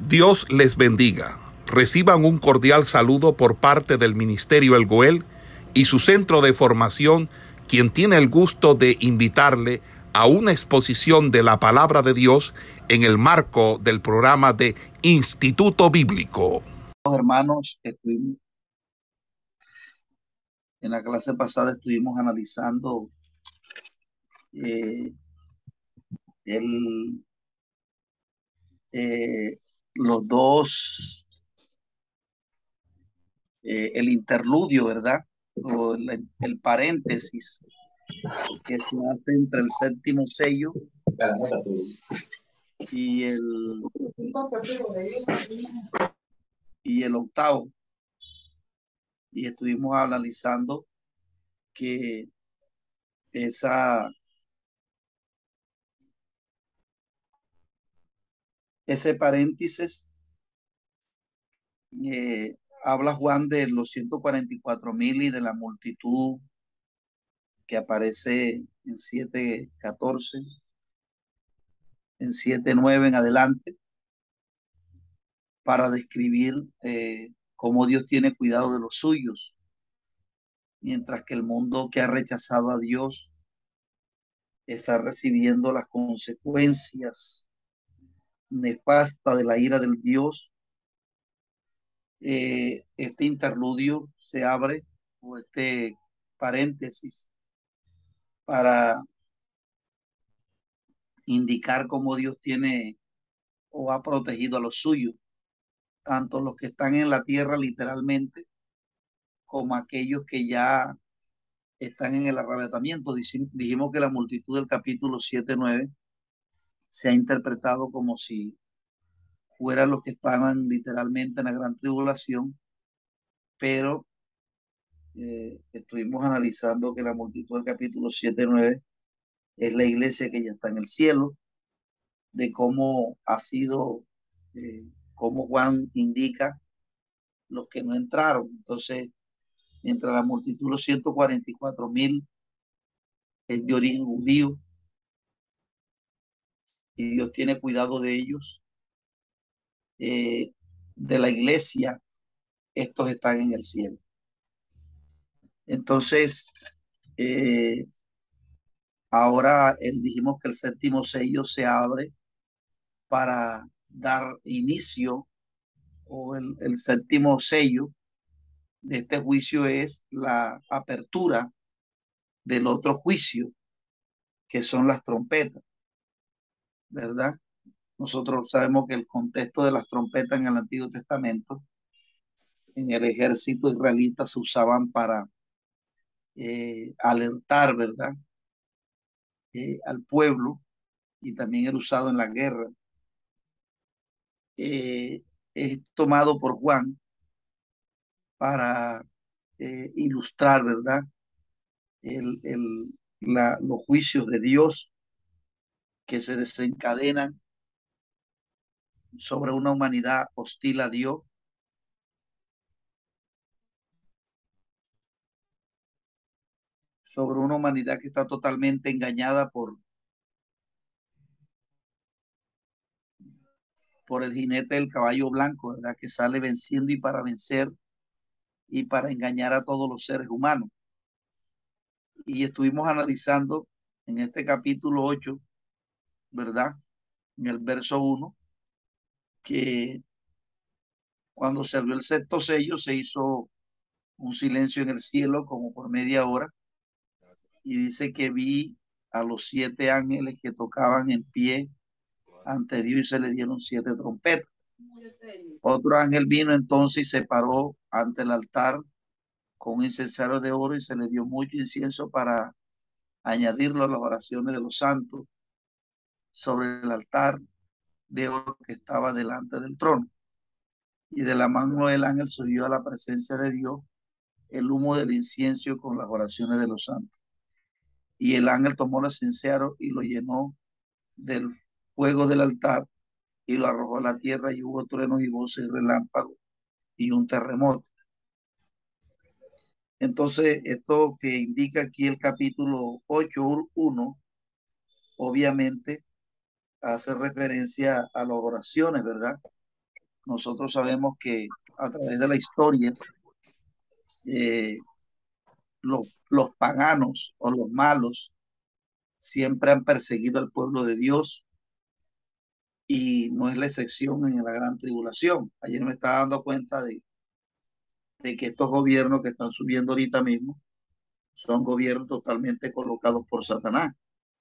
Dios les bendiga. Reciban un cordial saludo por parte del Ministerio El Goel y su centro de formación, quien tiene el gusto de invitarle a una exposición de la Palabra de Dios en el marco del programa de Instituto Bíblico. Hermanos, en la clase pasada estuvimos analizando eh, el, eh, los dos, el interludio, ¿verdad? O el paréntesis que se hace entre el séptimo sello y el octavo. Y estuvimos analizando que ese paréntesis habla Juan de los 144,000 y de la multitud que aparece en 7:14, en 7:9 en adelante, para describir cómo Dios tiene cuidado de los suyos, mientras que el mundo que ha rechazado a Dios está recibiendo las consecuencias nefastas de la ira del Dios. Este interludio se abre, o este paréntesis, para indicar cómo Dios tiene o ha protegido a los suyos, tanto los que están en la tierra literalmente, como aquellos que ya están en el arrebatamiento. Dijimos que la multitud del capítulo 7:9 se ha interpretado como si fueran los que estaban literalmente en la gran tribulación, pero estuvimos analizando que la multitud del capítulo 7:9 es la iglesia que ya está en el cielo, de cómo ha sido, cómo Juan indica los que no entraron. Entonces, mientras la multitud, los 144,000, es de origen judío y Dios tiene cuidado de ellos, de la iglesia, estos están en el cielo. Entonces, ahora dijimos que el séptimo sello se abre para dar inicio, o el séptimo sello de este juicio es la apertura del otro juicio, que son las trompetas, ¿verdad? Nosotros sabemos que el contexto de las trompetas en el Antiguo Testamento, en el ejército israelita, se usaban para alertar, ¿verdad? Al pueblo, y también era usado en la guerra. Es tomado por Juan para ilustrar, ¿verdad? Los juicios de Dios que se desencadenan sobre una humanidad hostil a Dios, sobre una humanidad que está totalmente engañada por el jinete del caballo blanco, ¿verdad? Que sale venciendo y para vencer y para engañar a todos los seres humanos. Y estuvimos analizando en este capítulo 8, ¿verdad? En el verso 1, que cuando se abrió el sexto sello se hizo un silencio en el cielo como por media hora, y dice que vi a los 7 ángeles que tocaban en pie ante Dios y se le dieron 7 trompetas. Otro ángel vino entonces y se paró ante el altar con un incensario de oro y se le dio mucho incienso para añadirlo a las oraciones de los santos sobre el altar de oro que estaba delante del trono. Y de la mano del ángel subió a la presencia de Dios el humo del incienso con las oraciones de los santos. Y el ángel tomó el incienso y lo llenó del fuego del altar y lo arrojó a la tierra, y hubo truenos y voces y relámpagos y un terremoto. Entonces, esto que indica aquí el capítulo 8:1, obviamente hace referencia a las oraciones, ¿verdad? nosotros sabemos que a través de la historia, eh, los paganos o los malos siempre han perseguido al pueblo de Dios y no es la excepción en la gran tribulación. Ayer me estaba dando cuenta de que estos gobiernos que están subiendo ahorita mismo son gobiernos totalmente colocados por Satanás.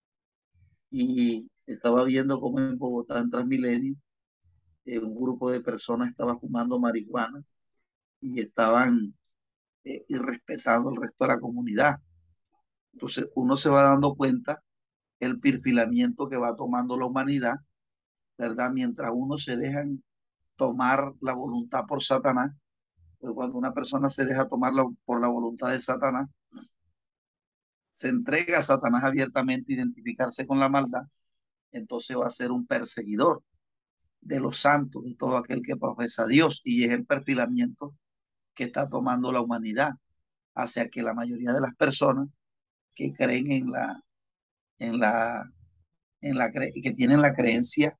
Y estaba viendo cómo en Bogotá, en Transmilenio, un grupo de personas estaba fumando marihuana y estaban irrespetando el resto de la comunidad. Entonces uno se va dando cuenta el perfilamiento que va tomando la humanidad, ¿verdad? Mientras uno se dejan tomar la voluntad por Satanás, pues cuando una persona se deja tomar por la voluntad de Satanás, se entrega a Satanás abiertamente, identificarse con la maldad, entonces va a ser un perseguidor de los santos, de todo aquel que profesa a Dios, y es el perfilamiento que está tomando la humanidad hacia que la mayoría de las personas que creen en la, que tienen la creencia,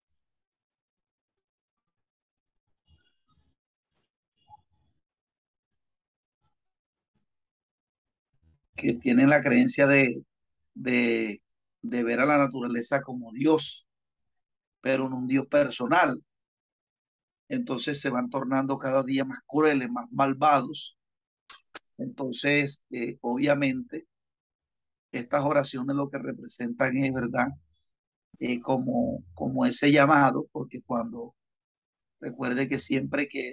que tienen la creencia de, de ver a la naturaleza como Dios, pero no un Dios personal. Entonces se van tornando cada día más crueles, más malvados. Entonces, obviamente, estas oraciones lo que representan es, ¿verdad? Como ese llamado, porque cuando recuerde que siempre que,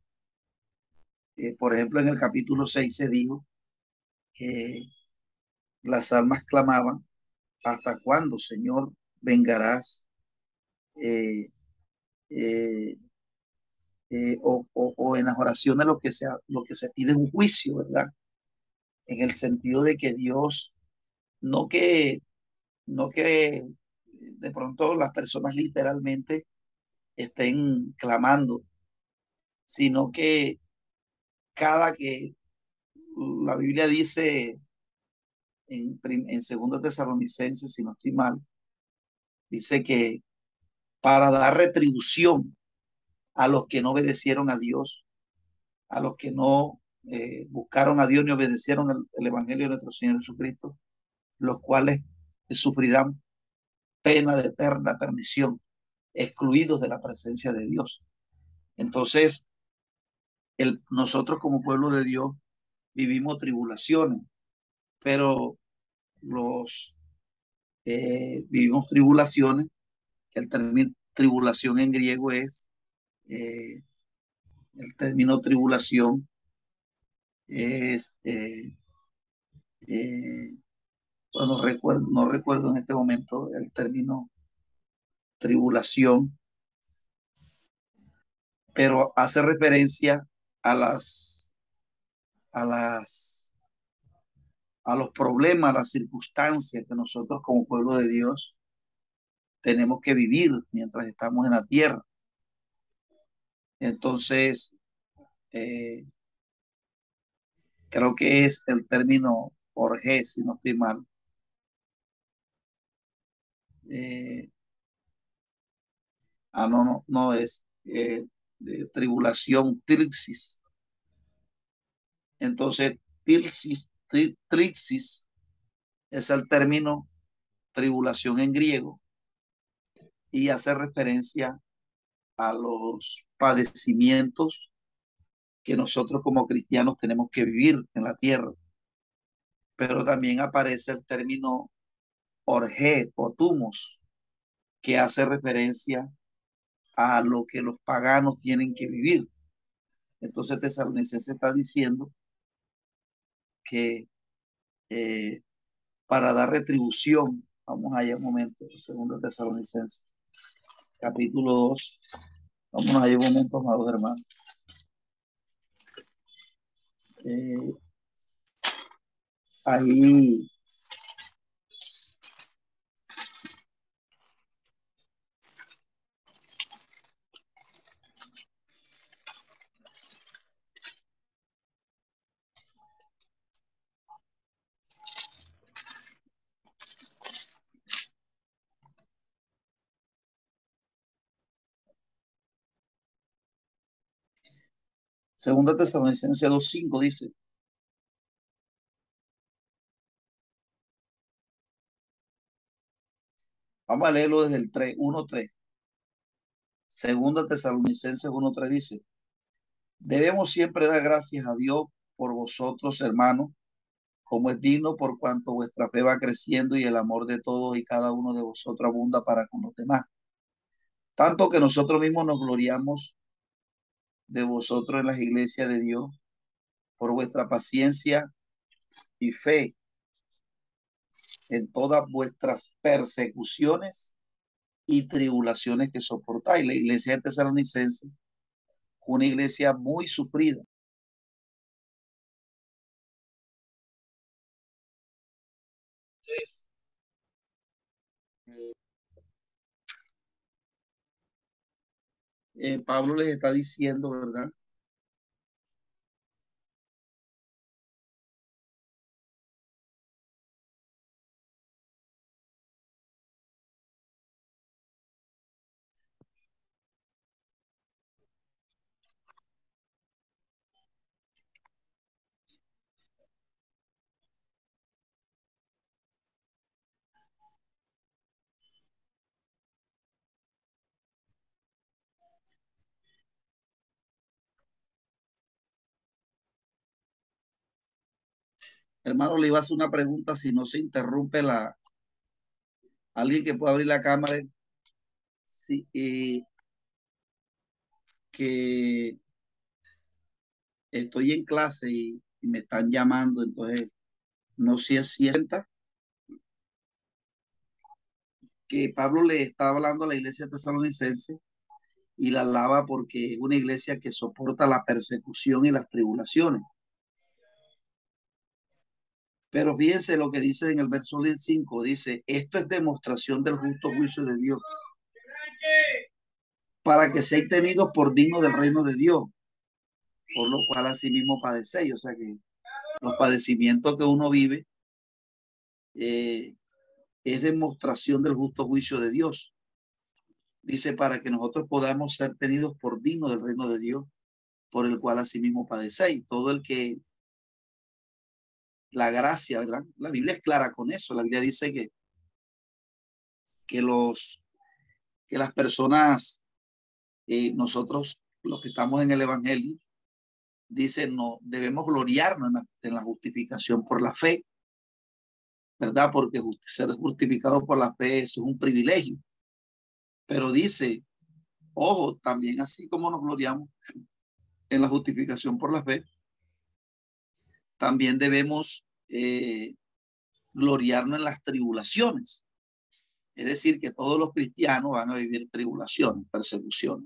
por ejemplo, en el capítulo 6 se dijo que las almas clamaban, ¿hasta cuándo, Señor, vengarás? Eh, eh, o en las oraciones lo que se pide es un juicio, ¿verdad? En el sentido de que Dios, no que, no que de pronto las personas literalmente estén clamando, sino que cada que la Biblia dice en 2 Tesalonicenses, si no estoy mal, dice que para dar retribución a los que no obedecieron a Dios, a los que no buscaron a Dios ni obedecieron el Evangelio de nuestro Señor Jesucristo, los cuales sufrirán pena de eterna perdición, excluidos de la presencia de Dios. Entonces, nosotros como pueblo de Dios vivimos tribulaciones, pero los vivimos tribulaciones, que el término tribulación en griego es, eh, el término tribulación es, eh, bueno, no recuerdo en este momento el término tribulación, pero hace referencia a a las, a los problemas, a las circunstancias que nosotros como pueblo de Dios tenemos que vivir mientras estamos en la tierra. Entonces, eh, creo que es el término orge, si no estoy mal. Eh, no es tribulación, trixis. Entonces, trixis es el término tribulación en griego y hace referencia a los padecimientos que nosotros como cristianos tenemos que vivir en la tierra. Pero también aparece el término orge o tumos, que hace referencia a lo que los paganos tienen que vivir. Entonces Tesalonicenses está diciendo que eh, para dar retribución, vamos allá un momento, segundo Tesalonicenses, capítulo 2, vámonos allá un momento, amados hermanos. Eh, ahí Segunda Tesalonicenses 2:5 dice, vamos a leerlo desde el 3, 1:3. Segunda Tesalonicenses 1:3 dice, debemos siempre dar gracias a Dios por vosotros, hermanos, como es digno por cuanto vuestra fe va creciendo y el amor de todos y cada uno de vosotros abunda para con los demás. Tanto que nosotros mismos nos gloriamos de vosotros en las iglesias de Dios por vuestra paciencia y fe en todas vuestras persecuciones y tribulaciones que soportáis. La iglesia de Tesalonicense, una iglesia muy sufrida. Entonces, Pablo les está diciendo, ¿verdad? Hermano, le iba a hacer una pregunta si no se interrumpe alguien que pueda abrir la cámara, sí, que estoy en clase y me están llamando, entonces no sé si es cierta que Pablo le está hablando a la iglesia tesalonicense y la alaba porque es una iglesia que soporta la persecución y las tribulaciones. Pero fíjense lo que dice en el verso 5, dice, esto es demostración del justo juicio de Dios, para que seáis tenidos por dignos del reino de Dios, por lo cual asimismo padecéis. O sea que los padecimientos que uno vive eh, es demostración del justo juicio de Dios. Dice, para que nosotros podamos ser tenidos por dignos del reino de Dios, por el cual asimismo padecéis. Todo el que la gracia, ¿verdad? La Biblia es clara con eso. La Biblia dice que, los, que las personas, nosotros, los que estamos en el Evangelio, dice, no debemos gloriarnos en la justificación por la fe, ¿verdad? Porque ser justificado por la fe es un privilegio. Pero dice, ojo, también así como nos gloriamos en la justificación por la fe, también debemos gloriarnos en las tribulaciones. Es decir, que todos los cristianos van a vivir tribulaciones, persecuciones.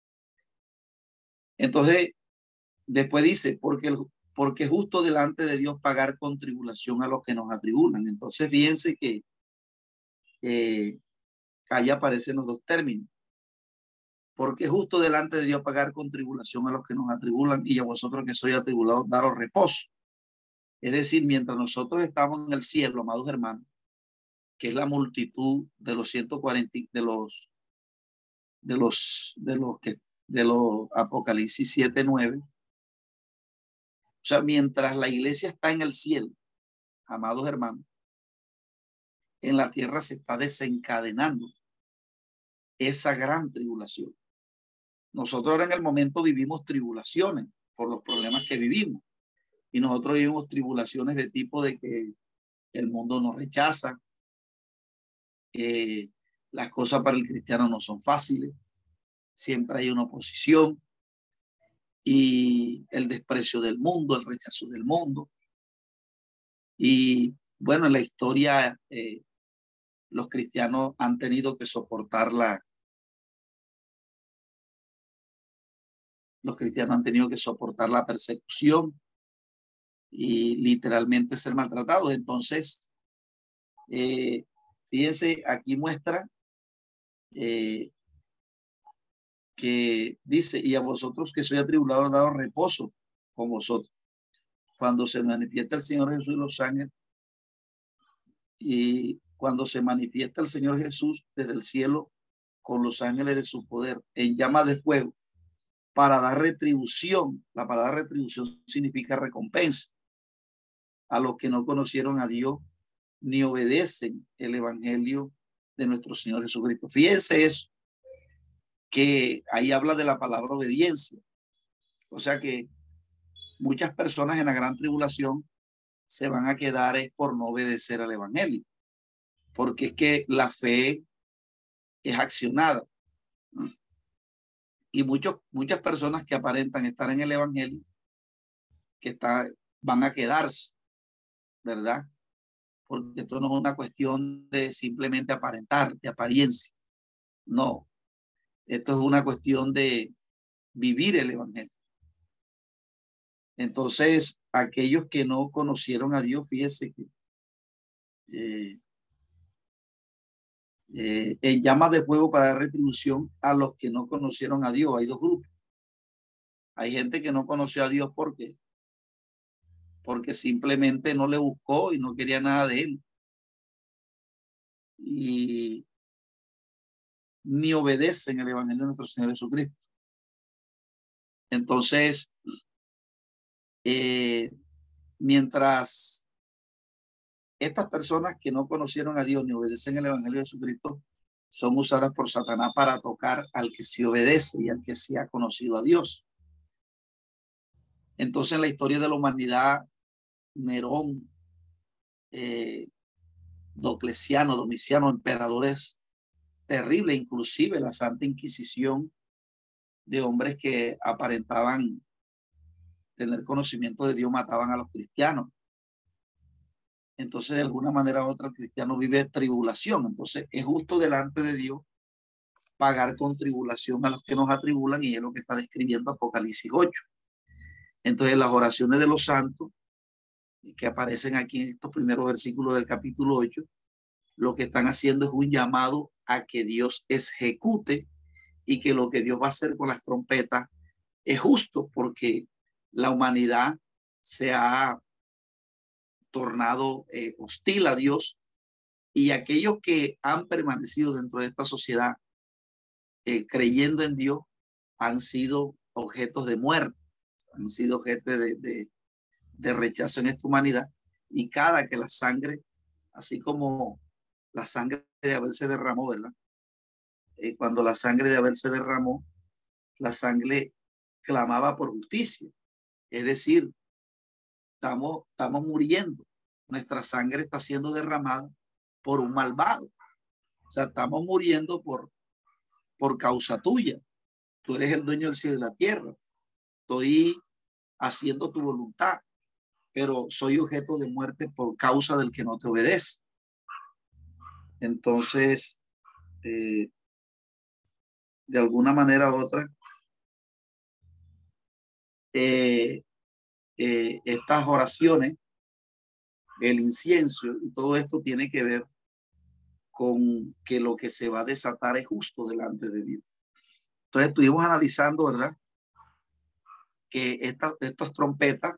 Entonces, después dice, porque es justo delante de Dios pagar con tribulación a los que nos atribulan. Entonces, fíjense que ahí aparecen los dos términos. Porque es justo delante de Dios pagar con tribulación a los que nos atribulan y a vosotros que sois atribulados, daros reposo. Es decir, mientras nosotros estamos en el cielo, amados hermanos, que es la multitud de los 140, de los Apocalipsis 7:9. O sea, mientras la iglesia está en el cielo, amados hermanos, en la tierra se está desencadenando esa gran tribulación. Nosotros ahora en el momento vivimos tribulaciones por los problemas que vivimos. Y nosotros vivimos tribulaciones de tipo de que el mundo nos rechaza, las cosas para el cristiano no son fáciles, siempre hay una oposición y el desprecio del mundo, el rechazo del mundo. Y bueno, en la historia los cristianos han tenido que soportar la persecución y literalmente ser maltratados. Entonces, fíjense, aquí muestra que dice, y a vosotros que sois atribulados, dado reposo con vosotros. Cuando se manifiesta el Señor Jesús y los ángeles, y cuando se manifiesta el Señor Jesús desde el cielo con los ángeles de su poder en llama de fuego para dar retribución. La palabra retribución significa recompensa a los que no conocieron a Dios ni obedecen el evangelio de nuestro Señor Jesucristo. Fíjense eso, que ahí habla de la palabra obediencia. O sea que muchas personas en la gran tribulación se van a quedar por no obedecer al evangelio, porque es que la fe es accionada. Y muchas personas que aparentan estar en el evangelio, van a quedarse, ¿verdad? Porque esto no es una cuestión de simplemente aparentar, de apariencia. No, esto es una cuestión de vivir el evangelio. Entonces, aquellos que no conocieron a Dios, fíjense que en llamas de fuego para dar retribución a los que no conocieron a Dios. Hay dos grupos. Hay gente que no conoció a Dios porque simplemente no le buscó y no quería nada de él. Y ni obedecen el evangelio de nuestro Señor Jesucristo. Entonces, mientras estas personas que no conocieron a Dios ni obedecen el evangelio de Jesucristo son usadas por Satanás para tocar al que sí obedece y al que sí ha conocido a Dios. Entonces, en la historia de la humanidad, Nerón, Diocleciano, Domiciano, emperadores terribles, inclusive la Santa Inquisición, de hombres que aparentaban tener conocimiento de Dios, mataban a los cristianos. Entonces, de alguna manera u otra, el cristiano vive tribulación. Entonces, es justo delante de Dios pagar con tribulación a los que nos atribulan, y es lo que está describiendo Apocalipsis 8. Entonces, las oraciones de los santos que aparecen aquí en estos primeros versículos del capítulo 8, lo que están haciendo es un llamado a que Dios ejecute, y que lo que Dios va a hacer con las trompetas es justo, porque la humanidad se ha tornado hostil a Dios, y aquellos que han permanecido dentro de esta sociedad creyendo en Dios han sido objetos de muerte, han sido objetos de rechazo en esta humanidad. Y cada que la sangre, así como la sangre de Abel se derramó, ¿verdad? Cuando la sangre de Abel se derramó, la sangre clamaba por justicia. Es decir, estamos muriendo. Nuestra sangre está siendo derramada por un malvado. O sea, estamos muriendo por causa tuya. Tú eres el dueño del cielo y la tierra. Estoy haciendo tu voluntad, pero soy objeto de muerte por causa del que no te obedece. Entonces, de alguna manera u otra, estas oraciones, el incienso y todo esto tiene que ver con que lo que se va a desatar es justo delante de Dios. Entonces estuvimos analizando, ¿verdad?, que estas trompetas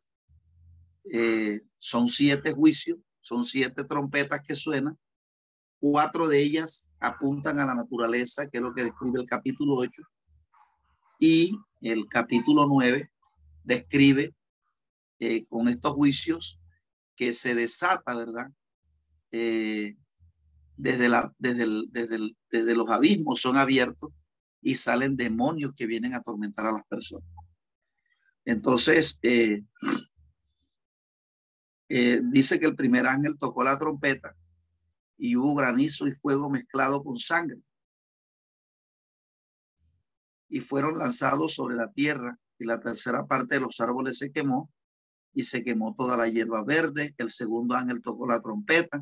son 7 juicios, son 7 trompetas que suenan. 4 de ellas apuntan a la naturaleza, que es lo que describe el capítulo 8, y el capítulo 9 describe con estos juicios que se desata, ¿verdad? Desde los abismos son abiertos y salen demonios que vienen a atormentar a las personas. Entonces, dice que el primer ángel tocó la trompeta y hubo granizo y fuego mezclado con sangre, y fueron lanzados sobre la tierra, y la tercera parte de los árboles se quemó, y se quemó toda la hierba verde. El segundo ángel tocó la trompeta,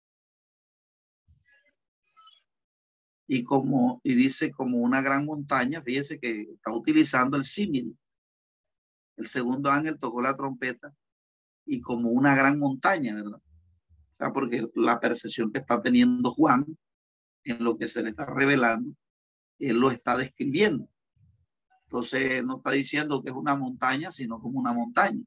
y dice como una gran montaña. Fíjese que está utilizando el símil. El segundo ángel tocó la trompeta y como una gran montaña, ¿verdad? O sea, porque la percepción que está teniendo Juan en lo que se le está revelando, él lo está describiendo. Entonces no está diciendo que es una montaña, sino como una montaña.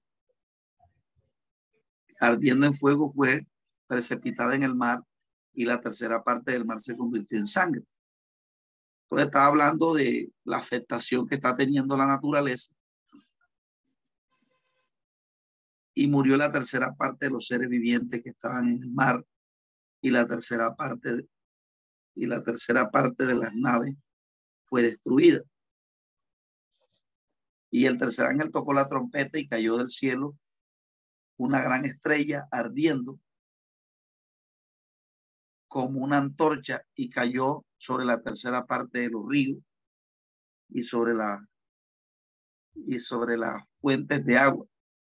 Ardiendo en fuego fue precipitada en el mar, y la tercera parte del mar se convirtió en sangre. Entonces estaba hablando de la afectación que está teniendo la naturaleza y murió la tercera parte de los seres vivientes que estaban en el mar y la tercera parte de las naves fue destruida. Y el tercer ángel tocó la trompeta y cayó del cielo una gran estrella ardiendo como una antorcha y cayó sobre la tercera parte de los ríos y sobre las fuentes de agua.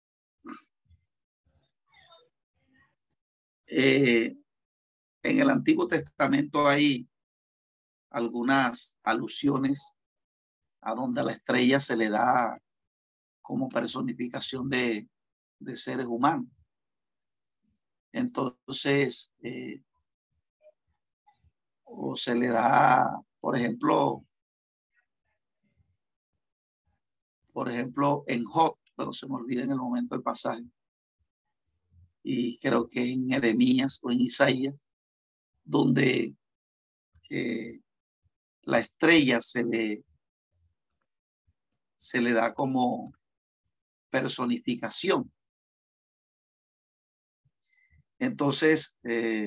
En el Antiguo Testamento hay algunas alusiones a donde a la estrella se le da como personificación de seres humanos. Entonces, o se le da, por ejemplo, en Job, pero se me olvida en el momento el pasaje, y creo que en Jeremías o en Isaías, donde la estrella se le da como personificación. Entonces,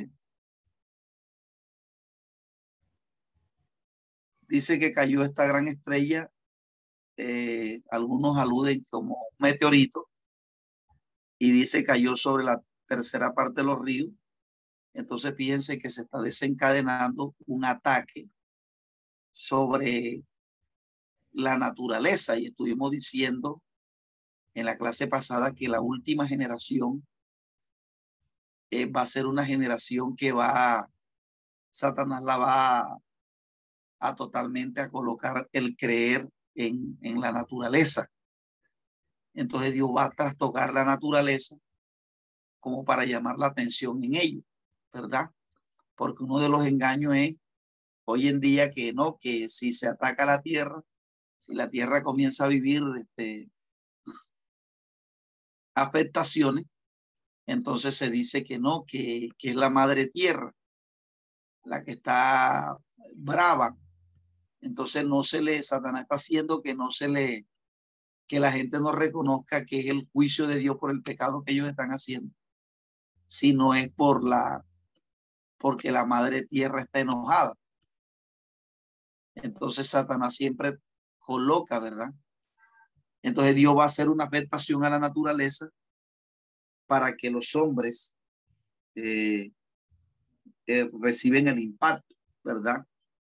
dice que cayó esta gran estrella, algunos aluden como un meteorito, y dice cayó sobre la tercera parte de los ríos. Entonces fíjense que se está desencadenando un ataque sobre la naturaleza, y estuvimos diciendo en la clase pasada que la última generación va a ser una generación que Satanás la va a totalmente a colocar el creer en la naturaleza. Entonces Dios va a trastocar la naturaleza como para llamar la atención en ello, ¿verdad? Porque uno de los engaños es hoy en día que no, que si se ataca la tierra, si la tierra comienza a vivir afectaciones, entonces se dice que no, que es la madre tierra la que está brava. Entonces Satanás está haciendo que que la gente no reconozca que es el juicio de Dios por el pecado que ellos están haciendo, sino es porque la madre tierra está enojada. Entonces Satanás siempre coloca, ¿verdad? Entonces Dios va a hacer una afectación a la naturaleza para que los hombres reciben el impacto, ¿verdad?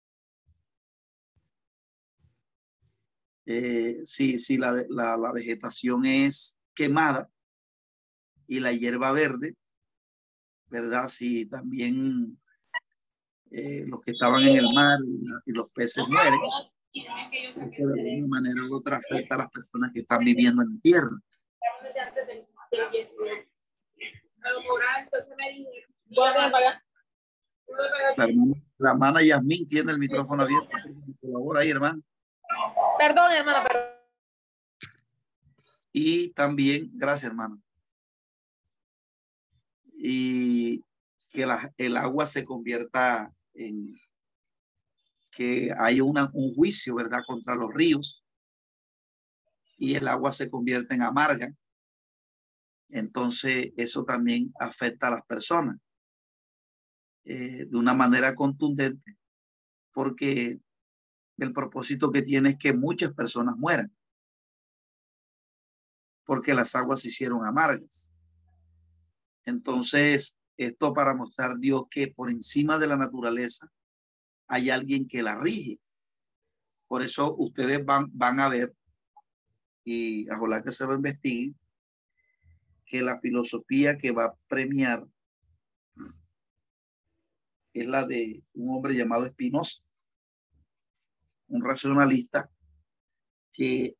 Si la vegetación es quemada y la hierba verde, ¿verdad? Si también los que estaban en el mar y los peces mueren, esto de alguna manera u otra afecta a las personas que están viviendo en la tierra. La hermana Yasmín tiene el micrófono abierto. Por favor, ahí, hermano. Perdón, hermano, perdón. Y también, gracias, hermano. Y que el agua se convierta en que hay un juicio, ¿verdad?, contra los ríos, y el agua se convierte en amarga. Entonces eso también afecta a las personas de una manera contundente, porque el propósito que tiene es que muchas personas mueran, porque las aguas se hicieron amargas. Entonces, esto para mostrar Dios que por encima de la naturaleza hay alguien que la rige. Por eso ustedes van a ver, y ojalá que se lo investiguen, que la filosofía que va a premiar es la de un hombre llamado Spinoza, un racionalista que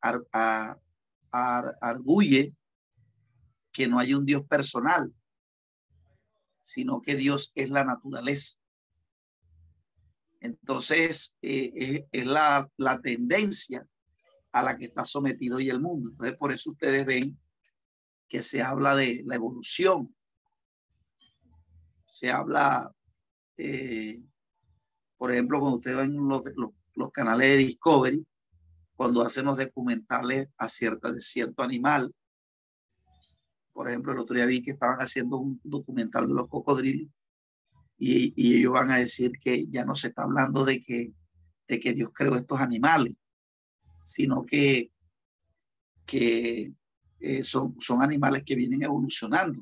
arguye que no hay un Dios personal, sino que Dios es la naturaleza. Entonces, es la tendencia a la que está sometido hoy el mundo. Entonces, por eso ustedes ven que se habla de la evolución. Se habla, por ejemplo, cuando ustedes ven los canales de Discovery, cuando hacen los documentales de cierto animal. Por ejemplo, el otro día vi que estaban haciendo un documental de los cocodrilos y ellos van a decir que ya no se está hablando de que Dios creó estos animales, sino que son animales que vienen evolucionando.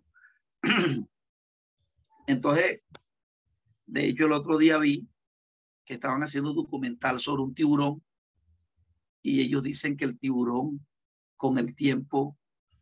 Entonces, de hecho, el otro día vi que estaban haciendo un documental sobre un tiburón y ellos dicen que el tiburón con el tiempo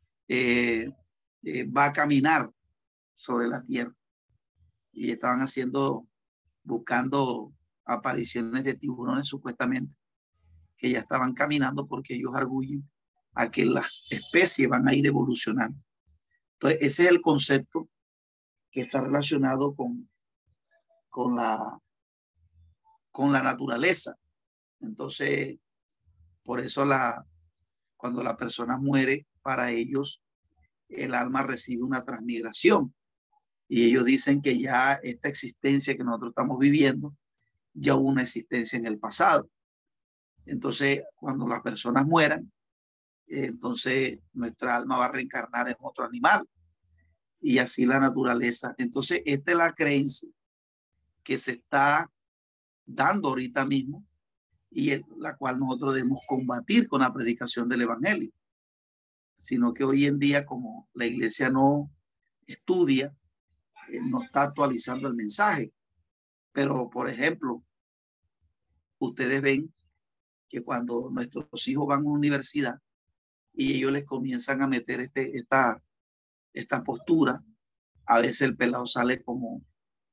va a caminar sobre la tierra. Y estaban buscando apariciones de tiburones supuestamente que ya estaban caminando porque ellos arguyen a que las especies van a ir evolucionando. Entonces, ese es el concepto que está relacionado con la naturaleza. Entonces, por eso cuando la persona muere, para ellos el alma recibe una transmigración. Y ellos dicen que ya esta existencia que nosotros estamos viviendo, ya hubo una existencia en el pasado. Entonces, cuando las personas mueran, entonces nuestra alma va a reencarnar en otro animal. Y así la naturaleza. Entonces, esta es la creencia que se está dando ahorita mismo y la cual nosotros debemos combatir con la predicación del evangelio. Sino que hoy en día, como la iglesia no estudia, no está actualizando el mensaje. Pero, por ejemplo, ustedes ven que cuando nuestros hijos van a una universidad y ellos les comienzan a meter esta postura, a veces el pelado sale como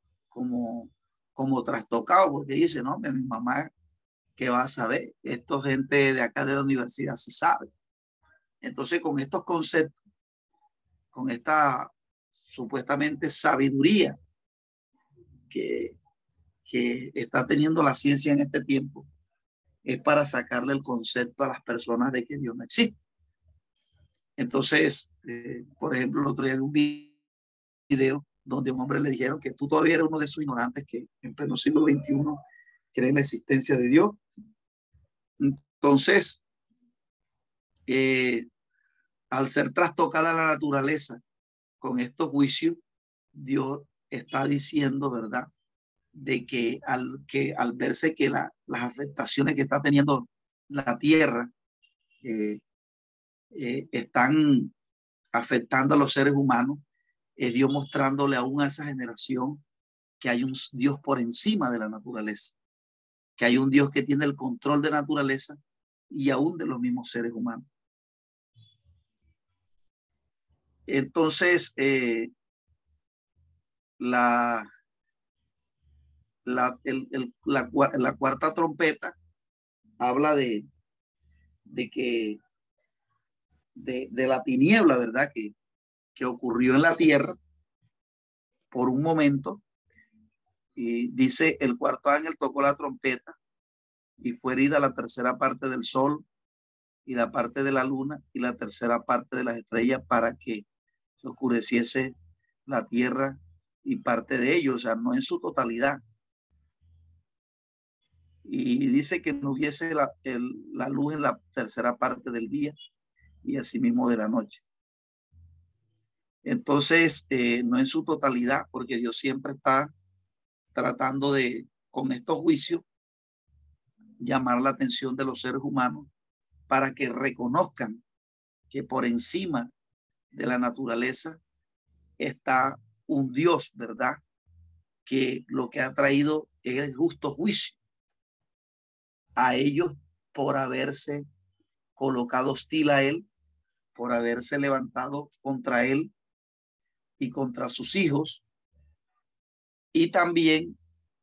trastocado porque dice, no, mi mamá, ¿qué va a saber? Esto gente de acá de la universidad sí sabe. Entonces, con estos conceptos, con esta supuestamente sabiduría que está teniendo la ciencia en este tiempo, es para sacarle el concepto a las personas de que Dios no existe. Entonces, por ejemplo, el otro día vi un video donde a un hombre le dijeron que tú todavía eres uno de esos ignorantes que en pleno siglo XXI creen en la existencia de Dios. Entonces, al ser trastocada la naturaleza con estos juicios, Dios está diciendo, ¿verdad?, de que al verse que las afectaciones que está teniendo la tierra están afectando a los seres humanos, es Dios mostrándole aún a esa generación que hay un Dios por encima de la naturaleza, que hay un Dios que tiene el control de la naturaleza y aún de los mismos seres humanos. Entonces, la cuarta trompeta habla de la tiniebla, ¿verdad?, que ocurrió en la tierra por un momento. Y dice, el cuarto ángel tocó la trompeta y fue herida la tercera parte del sol y la parte de la luna y la tercera parte de las estrellas para que se oscureciese la tierra y parte de ellos, o sea, no en su totalidad. Y dice que no hubiese la luz en la tercera parte del día y asimismo de la noche. Entonces, no en su totalidad, porque Dios siempre está tratando de, con estos juicios, llamar la atención de los seres humanos para que reconozcan que por encima de la naturaleza está un Dios, ¿verdad?, que lo que ha traído es el justo juicio a ellos por haberse colocado hostil a él, por haberse levantado contra él y contra sus hijos, y también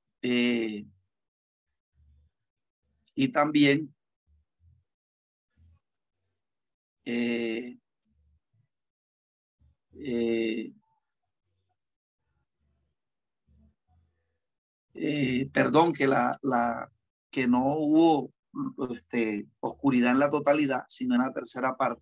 perdón, que no hubo oscuridad en la totalidad, sino en la tercera parte.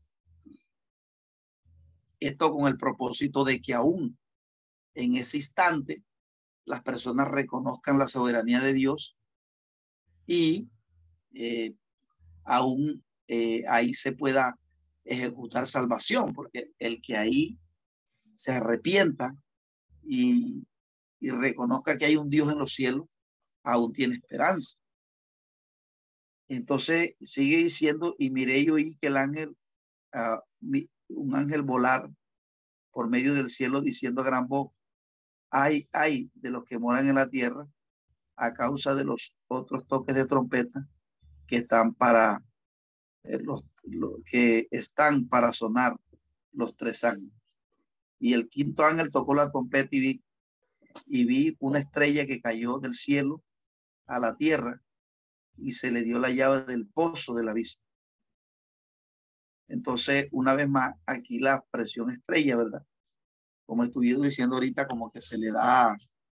Esto con el propósito de que aún en ese instante las personas reconozcan la soberanía de Dios y aún ahí se pueda ejecutar salvación, porque el que ahí se arrepienta y reconozca que hay un Dios en los cielos, aún tiene esperanza. Entonces sigue diciendo, y miré y oí que el ángel, un ángel volar por medio del cielo diciendo a gran voz, ay de los que moran en la tierra a causa de los otros toques de trompeta que están para los que están para sonar los 3 años. Y el quinto ángel tocó la trompeta y vi una estrella que cayó del cielo a la tierra y se le dio la llave del pozo de la vista. Entonces, una vez más, aquí la presión estrella, ¿verdad? Como estuvimos diciendo ahorita, como que se le da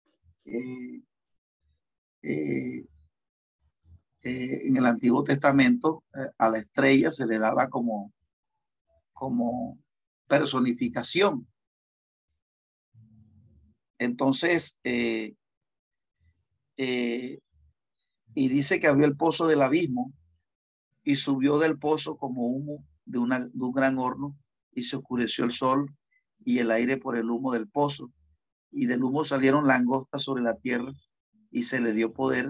en el Antiguo Testamento a la estrella se le daba como personificación. Entonces, y dice que abrió el pozo del abismo y subió del pozo como humo de un gran horno, y se oscureció el sol y el aire por el humo del pozo, y del humo salieron langostas sobre la tierra, y se le dio poder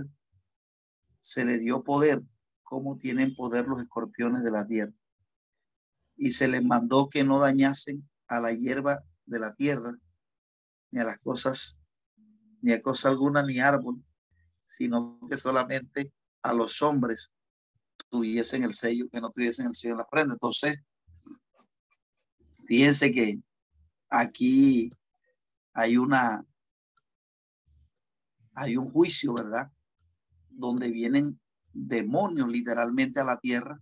como tienen poder los escorpiones de la tierra. Y se les mandó que no dañasen a la hierba de la tierra, ni a las cosas, ni a cosa alguna, ni árbol, sino que solamente a los hombres tuviesen el sello, que no tuviesen el sello en la frente. Entonces, fíjense que aquí hay un juicio, ¿verdad? Donde vienen demonios literalmente a la tierra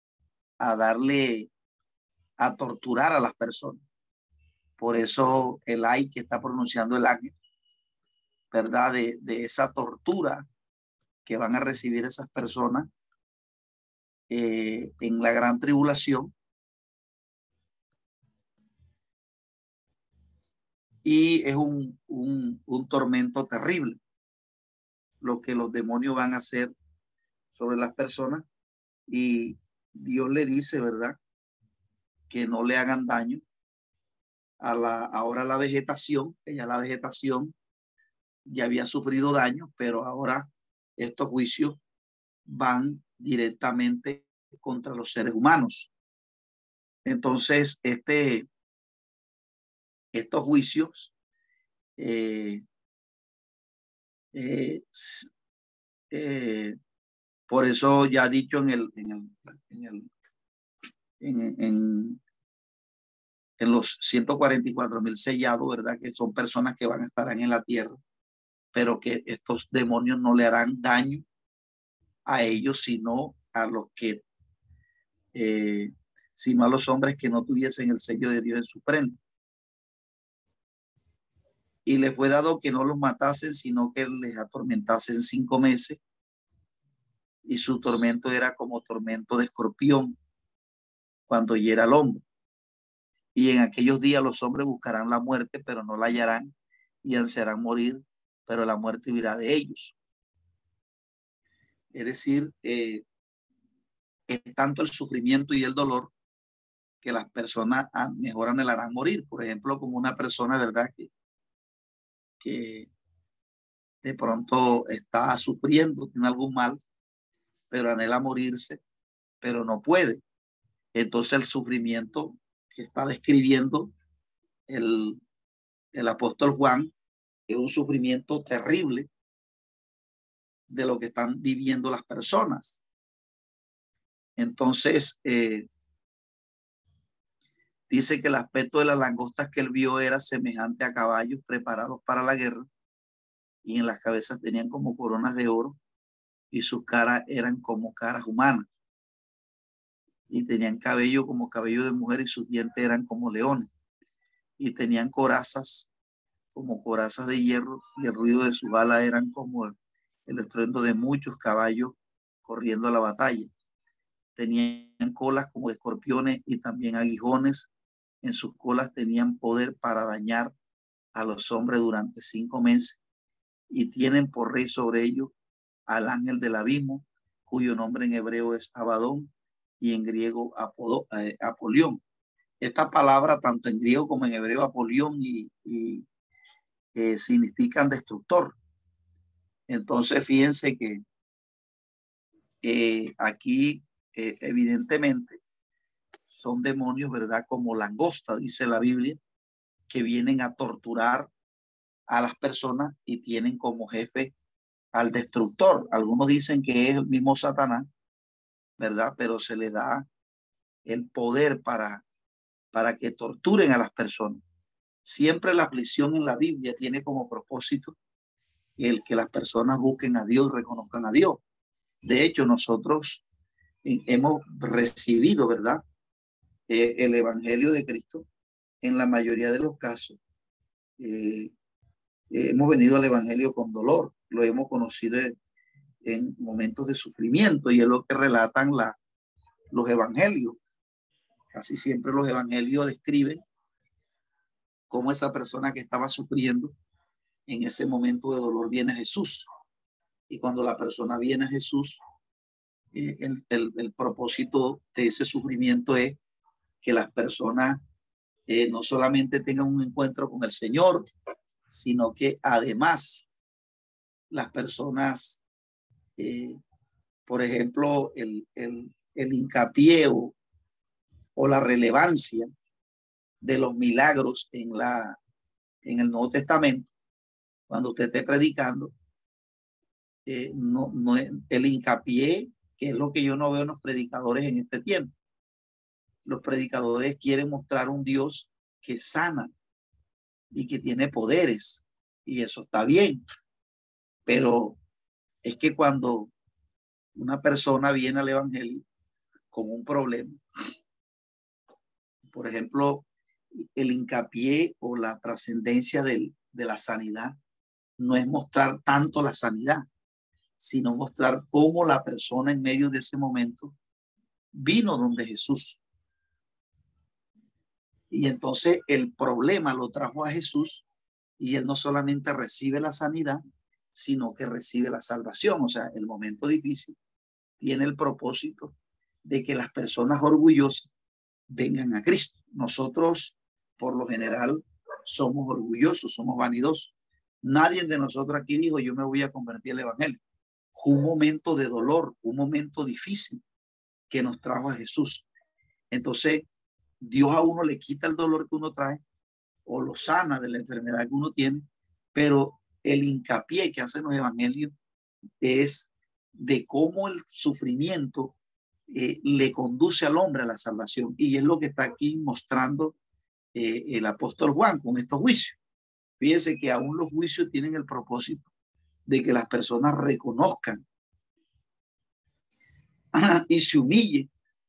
a torturar a las personas. Por eso el ay que está pronunciando el ángel, ¿verdad? De esa tortura que van a recibir esas personas en la gran tribulación. Y es un tormento terrible lo que los demonios van a hacer sobre las personas. Y Dios le dice, ¿verdad?, que no le hagan daño ahora la vegetación, que ya la vegetación ya había sufrido daño, pero ahora estos juicios van directamente contra los seres humanos. Entonces, estos juicios por eso ya dicho en los 144,000 sellados, ¿verdad? Que son personas que estarán en la tierra, pero que estos demonios no le harán daño a ellos, sino a los hombres que no tuviesen el sello de Dios en su frente. Y les fue dado que no los matasen, sino que les atormentasen 5 meses. Y su tormento era como tormento de escorpión cuando hiera al hombre. Y en aquellos días los hombres buscarán la muerte, pero no la hallarán, y ansiarán morir, pero la muerte huirá de ellos. Es decir, es tanto el sufrimiento y el dolor que las personas mejor anhelarán morir. Por ejemplo, como una persona, ¿verdad?, que de pronto está sufriendo, tiene algún mal, pero anhela morirse, pero no puede. Entonces el sufrimiento que está describiendo el apóstol Juan es un sufrimiento terrible de lo que están viviendo las personas. Entonces, dice que el aspecto de las langostas que él vio era semejante a caballos preparados para la guerra, y en las cabezas tenían como coronas de oro, y sus caras eran como caras humanas, y tenían cabello como cabello de mujer, y sus dientes eran como leones, y tenían corazas como corazas de hierro, y el ruido de sus alas eran como el estruendo de muchos caballos corriendo a la batalla. Tenían colas como de escorpiones y también aguijones. En sus colas tenían poder para dañar a los hombres durante 5 meses, y tienen por rey sobre ellos al ángel del abismo, cuyo nombre en hebreo es Abadón y en griego Apolión. Esta palabra, tanto en griego como en hebreo, Apolión significan destructor. Entonces, fíjense que aquí evidentemente son demonios, ¿verdad? Como langosta, dice la Biblia, que vienen a torturar a las personas y tienen como jefe al destructor. Algunos dicen que es el mismo Satanás, ¿verdad? Pero se le da el poder para que torturen a las personas. Siempre la aflicción en la Biblia tiene como propósito el que las personas busquen a Dios, reconozcan a Dios. De hecho, nosotros hemos recibido, ¿verdad? El Evangelio de Cristo en la mayoría de los casos. Hemos venido al Evangelio con dolor, lo hemos conocido en momentos de sufrimiento y es lo que relatan los evangelios. Casi siempre los evangelios describen cómo esa persona que estaba sufriendo en ese momento de dolor viene a Jesús. Y cuando la persona viene a Jesús, el propósito de ese sufrimiento es que las personas no solamente tengan un encuentro con el Señor, sino que además las personas, por ejemplo, el hincapié o la relevancia de los milagros en el Nuevo Testamento, cuando usted esté predicando, no es el hincapié, que es lo que yo no veo en los predicadores en este tiempo. Los predicadores quieren mostrar un Dios que sana y que tiene poderes, y eso está bien, pero es que cuando una persona viene al evangelio con un problema, por ejemplo, el hincapié o la trascendencia de la sanidad no es mostrar tanto la sanidad, sino mostrar cómo la persona en medio de ese momento vino donde Jesús. Y entonces el problema lo trajo a Jesús y él no solamente recibe la sanidad, sino que recibe la salvación. O sea, el momento difícil tiene el propósito de que las personas orgullosas vengan a Cristo. Nosotros, por lo general, somos orgullosos, somos vanidosos. Nadie de nosotros aquí dijo, yo me voy a convertir al evangelio. Fue un momento de dolor, un momento difícil que nos trajo a Jesús. Entonces, Dios a uno le quita el dolor que uno trae o lo sana de la enfermedad que uno tiene, pero el hincapié que hacen los evangelios es de cómo el sufrimiento le conduce al hombre a la salvación. Y es lo que está aquí mostrando el apóstol Juan con estos juicios. Fíjense que aún los juicios tienen el propósito de que las personas reconozcan y se humillen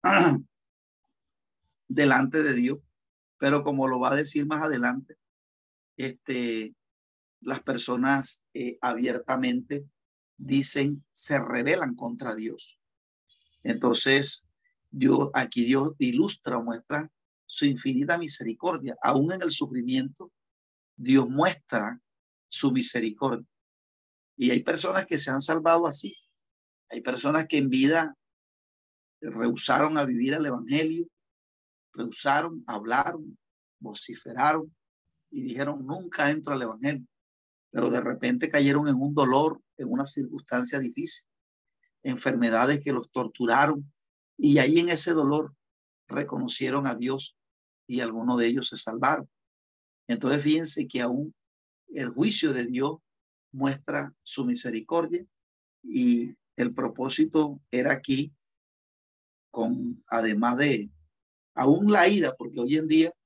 delante de Dios. Pero como lo va a decir más adelante, las personas abiertamente dicen, se rebelan contra Dios. Entonces, aquí Dios ilustra, muestra su infinita misericordia. Aún en el sufrimiento, Dios muestra su misericordia. Y hay personas que se han salvado así. Hay personas que en vida rehusaron a vivir el evangelio, rehusaron, hablaron, vociferaron y dijeron, nunca entro al evangelio. Pero de repente cayeron en un dolor, en una circunstancia difícil, enfermedades que los torturaron, y ahí en ese dolor reconocieron a Dios y algunos de ellos se salvaron. Entonces fíjense que aún el juicio de Dios muestra su misericordia, y el propósito era aquí, además de aún la ira, porque hoy en día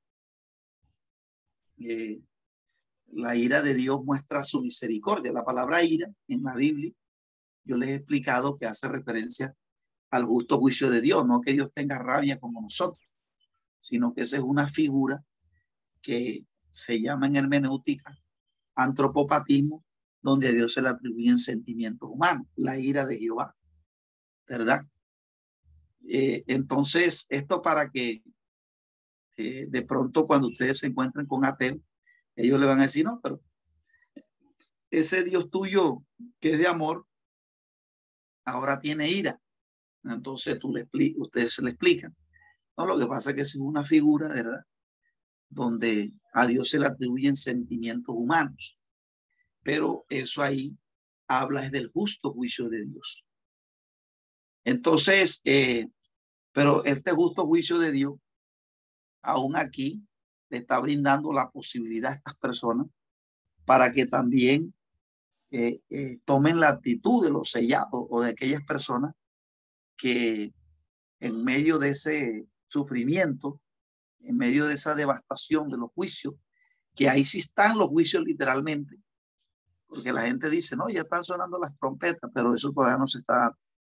la ira de Dios muestra su misericordia. La palabra ira en la Biblia, yo les he explicado que hace referencia al justo juicio de Dios, no que Dios tenga rabia como nosotros, sino que esa es una figura que se llama en hermenéutica antropopatismo, donde a Dios se le atribuyen sentimientos humanos, la ira de Jehová, ¿verdad? Entonces, esto para que de pronto cuando ustedes se encuentren con ateos, ellos le van a decir, no, pero ese Dios tuyo que es de amor, ahora tiene ira. Entonces ustedes se le explican. No, lo que pasa es que es una figura, ¿verdad? Donde a Dios se le atribuyen sentimientos humanos. Pero eso ahí habla es del justo juicio de Dios. Entonces, pero este justo juicio de Dios, aún aquí, le está brindando la posibilidad a estas personas para que también tomen la actitud de los sellados o de aquellas personas que en medio de ese sufrimiento, en medio de esa devastación de los juicios, que ahí sí están los juicios literalmente, porque la gente dice, no, ya están sonando las trompetas, pero eso todavía no se está.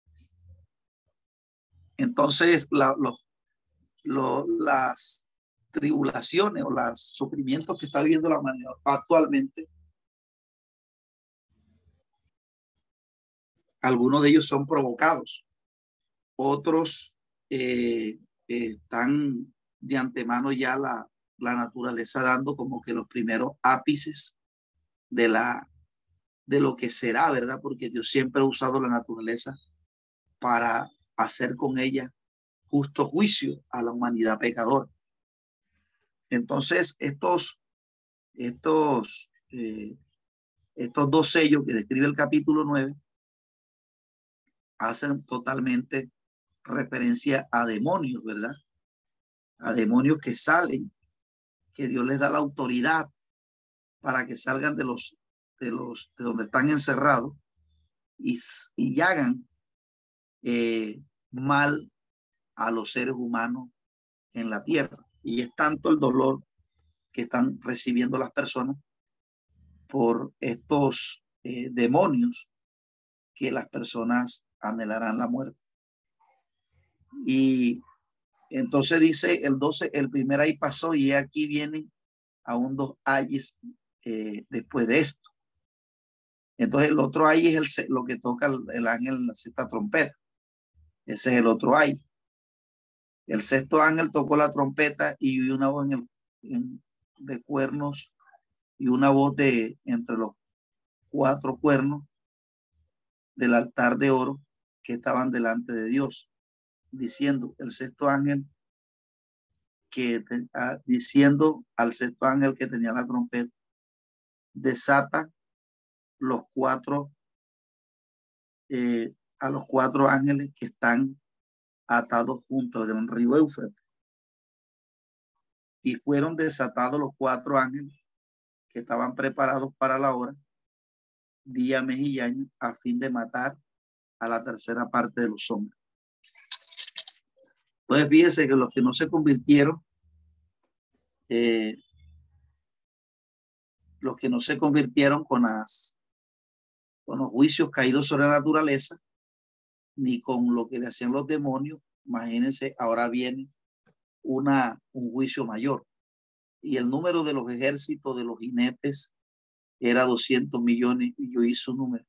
Entonces, las tribulaciones o los sufrimientos que está viviendo la humanidad actualmente, algunos de ellos son provocados, otros están de antemano ya la naturaleza dando como que los primeros ápices de lo que será, ¿verdad? Porque Dios siempre ha usado la naturaleza para hacer con ella justo juicio a la humanidad pecadora. Entonces, estos dos sellos que describe el capítulo 9 hacen totalmente referencia a demonios, ¿verdad? A demonios que salen, que Dios les da la autoridad para que salgan de donde están encerrados y hagan mal a los seres humanos en la tierra. Y es tanto el dolor que están recibiendo las personas por estos demonios que las personas anhelarán la muerte. Y entonces dice el 12, el primer ay pasó y aquí vienen aún 2 ayes después de esto. Entonces el otro ay es lo que toca el ángel en la sexta trompeta. Ese es el otro ay. El sexto ángel tocó la trompeta y oí una voz de cuernos y una voz entre los 4 cuernos del altar de oro que estaban delante de Dios, diciendo el sexto ángel diciendo al sexto ángel que tenía la trompeta, desata los 4 a los 4 ángeles que están atados junto al gran río Éufrates. Y fueron desatados los 4 ángeles que estaban preparados para la hora, día, mes y año, a fin de matar a la tercera parte de los hombres. Entonces fíjese que los que no se convirtieron, con los juicios caídos sobre la naturaleza, ni con lo que le hacían los demonios, imagínense, ahora viene un juicio mayor. Y el número de los ejércitos de los jinetes era 200 millones, y yo hice un número.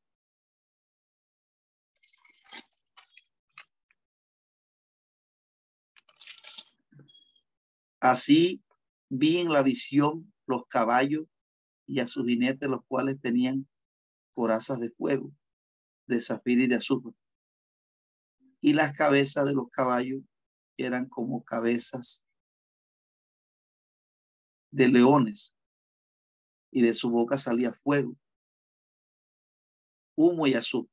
Así vi en la visión los caballos y a sus jinetes, los cuales tenían corazas de fuego, de zafiro y de azufre. Y las cabezas de los caballos eran como cabezas de leones, y de su boca salía fuego, humo y azufre.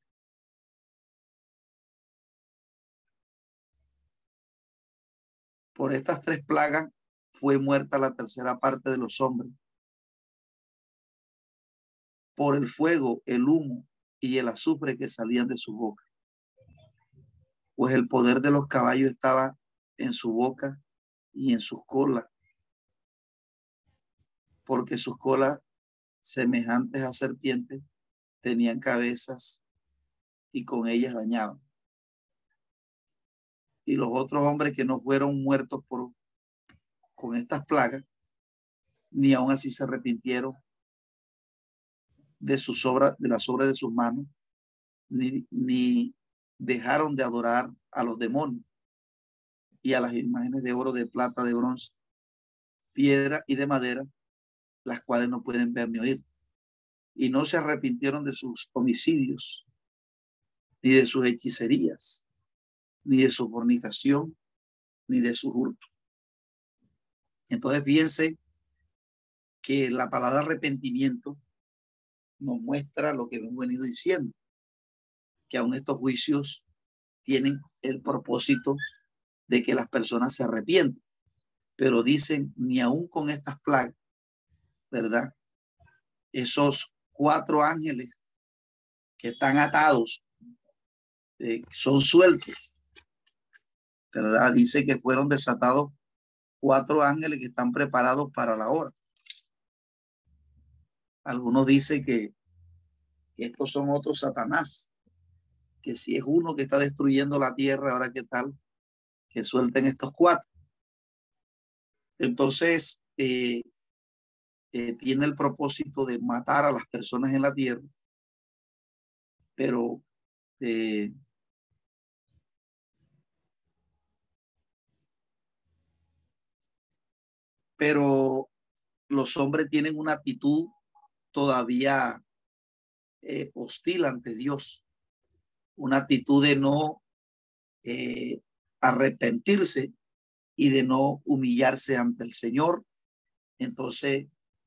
Por estas 3 plagas fue muerta la tercera parte de los hombres, por el fuego, el humo y el azufre que salían de su boca. Pues el poder de los caballos estaba en su boca y en sus colas, porque sus colas, semejantes a serpientes, tenían cabezas y con ellas dañaban. Y los otros hombres que no fueron muertos con estas plagas, ni aún así se arrepintieron de las obras de sus manos, ni dejaron de adorar a los demonios y a las imágenes de oro, de plata, de bronce, piedra y de madera, las cuales no pueden ver ni oír. Y no se arrepintieron de sus homicidios, ni de sus hechicerías, ni de su fornicación, ni de su hurto. Entonces, fíjense que la palabra arrepentimiento nos muestra lo que hemos venido diciendo, que aún estos juicios tienen el propósito de que las personas se arrepientan, pero dicen, ni aún con estas plagas, ¿verdad? Esos 4 ángeles que están atados, son sueltos, ¿verdad? Dice que fueron desatados 4 ángeles que están preparados para la hora. Algunos dicen que estos son otros Satanás, que si es uno que está destruyendo la tierra, ahora qué tal que suelten estos 4. Entonces, tiene el propósito de matar a las personas en la tierra, pero los hombres tienen una actitud todavía hostil ante Dios, una actitud de no arrepentirse y de no humillarse ante el Señor. Entonces,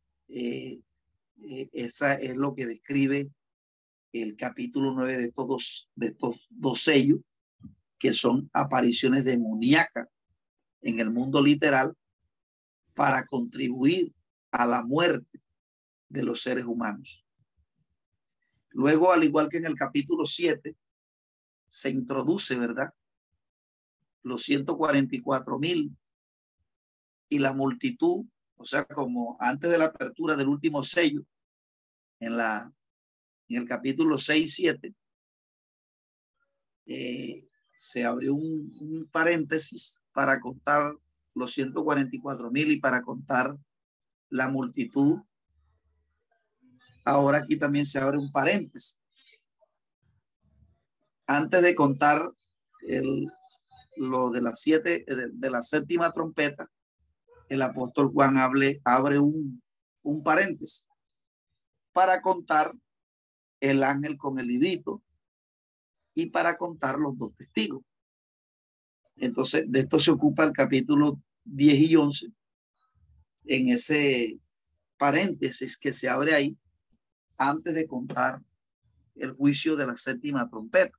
esa es lo que describe el capítulo 9 de estos 2 sellos, que son apariciones demoníacas en el mundo literal para contribuir a la muerte de los seres humanos. Luego, al igual que en el capítulo 7, se introduce, ¿verdad?, los 144,000 y la multitud, o sea, como antes de la apertura del último sello, en el capítulo 6 y 7, se abrió un paréntesis para contar los 144,000 y para contar la multitud. Ahora aquí también se abre un paréntesis. Antes de contar lo de las 7, de la séptima trompeta, el apóstol Juan abre un paréntesis para contar el ángel con el librito y para contar los 2 testigos. Entonces, de esto se ocupa el capítulo 10 y 11, en ese paréntesis que se abre ahí antes de contar el juicio de la séptima trompeta.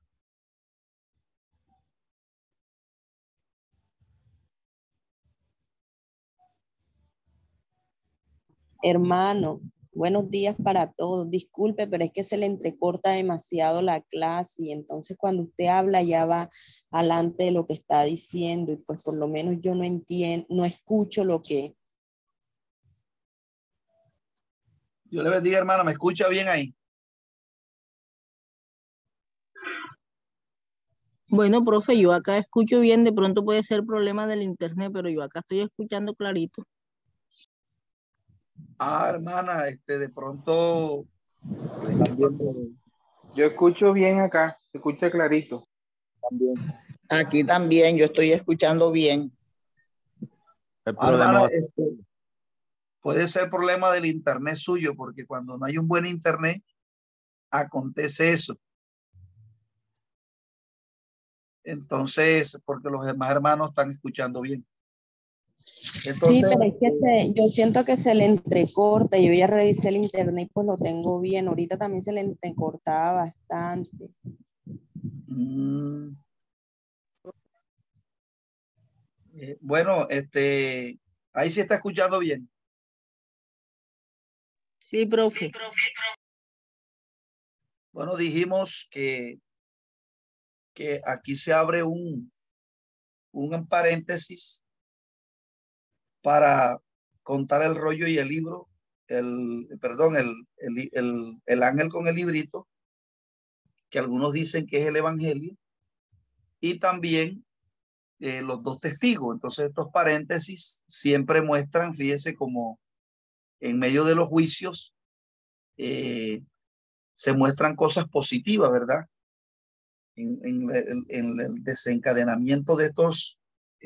Hermano, buenos días para todos. Disculpe, pero es que se le entrecorta demasiado la clase y entonces cuando usted habla ya va adelante de lo que está diciendo y pues por lo menos yo no entiendo, no escucho lo que... Yo le bendiga, hermana. ¿Me escucha bien ahí? Bueno, profe, yo acá escucho bien, de pronto puede ser problema del internet, pero yo acá estoy escuchando clarito. Hermana, de pronto También, yo escucho bien acá, se escucha clarito. También. Aquí también, yo estoy escuchando bien. Hermana, puede ser problema del internet suyo, porque cuando no hay un buen internet, acontece eso. Entonces, porque los demás hermanos están escuchando bien. Entonces, sí, pero es que yo siento que se le entrecorta. Yo ya revisé el internet y pues lo tengo bien. Ahorita también se le entrecortaba bastante. Bueno, ahí sí está escuchando bien. Sí, profe. Bueno, dijimos que aquí se abre un paréntesis para contar el rollo y el libro, el ángel con el librito, que algunos dicen que es el evangelio, y también los 2 testigos. Entonces estos paréntesis siempre muestran, fíjese, como en medio de los juicios se muestran cosas positivas, ¿verdad? En el desencadenamiento de estos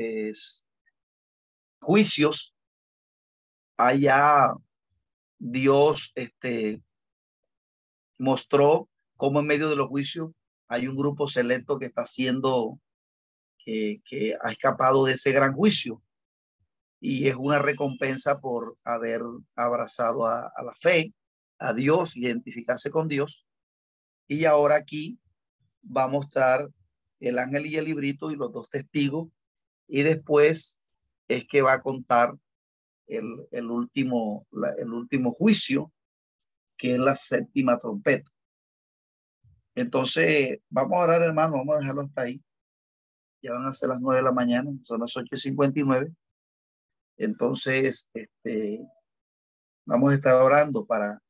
juicios, allá Dios mostró cómo en medio de los juicios hay un grupo selecto que está haciendo, que ha escapado de ese gran juicio, y es una recompensa por haber abrazado a la fe, a Dios, identificarse con Dios. Y ahora aquí va a mostrar el ángel y el librito y los dos testigos, y después es que va a contar el último juicio, que es la séptima trompeta. Entonces, vamos a orar, hermano, vamos a dejarlo hasta ahí. Ya van a ser las 9 de la mañana, son las 8:59. Entonces, vamos a estar orando para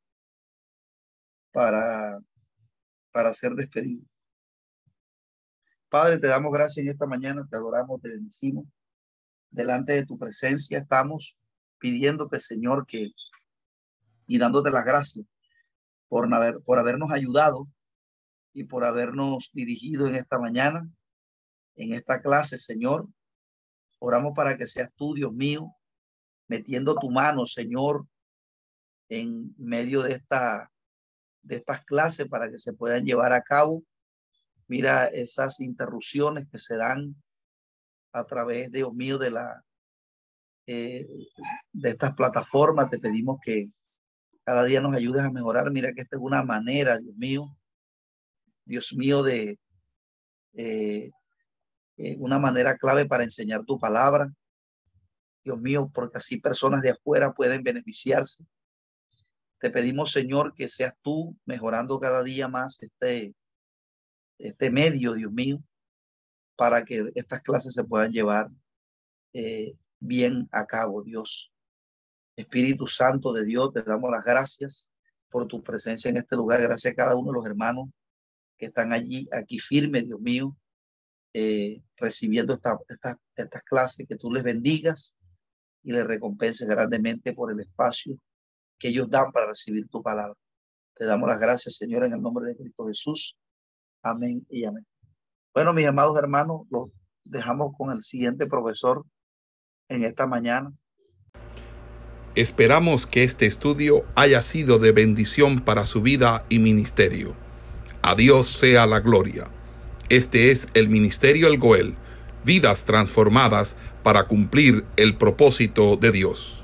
ser despedidos. Padre, te damos gracias en esta mañana, te adoramos, te bendecimos. Delante de tu presencia estamos pidiéndote, Señor, y dándote las gracias por habernos ayudado y por habernos dirigido en esta mañana, en esta clase, Señor. Oramos para que seas tú, Dios mío, metiendo tu mano, Señor, en medio de estas clases para que se puedan llevar a cabo. Mira esas interrupciones que se dan a través, Dios mío, de estas plataformas. Te pedimos que cada día nos ayudes a mejorar. Mira que esta es una manera, Dios mío, de una manera clave para enseñar tu palabra, Dios mío, porque así personas de afuera pueden beneficiarse. Te pedimos, Señor, que seas tú mejorando cada día más este medio, Dios mío, para que estas clases se puedan llevar bien a cabo, Dios. Espíritu Santo de Dios, te damos las gracias por tu presencia en este lugar. Gracias a cada uno de los hermanos que están aquí firmes, Dios mío, recibiendo estas clases. Que tú les bendigas y les recompenses grandemente por el espacio que ellos dan para recibir tu palabra. Te damos las gracias, Señor, en el nombre de Cristo Jesús. Amén y amén. Bueno, mis amados hermanos, los dejamos con el siguiente profesor en esta mañana. Esperamos que este estudio haya sido de bendición para su vida y ministerio. A Dios sea la gloria. Este es el Ministerio El Goel, vidas transformadas para cumplir el propósito de Dios.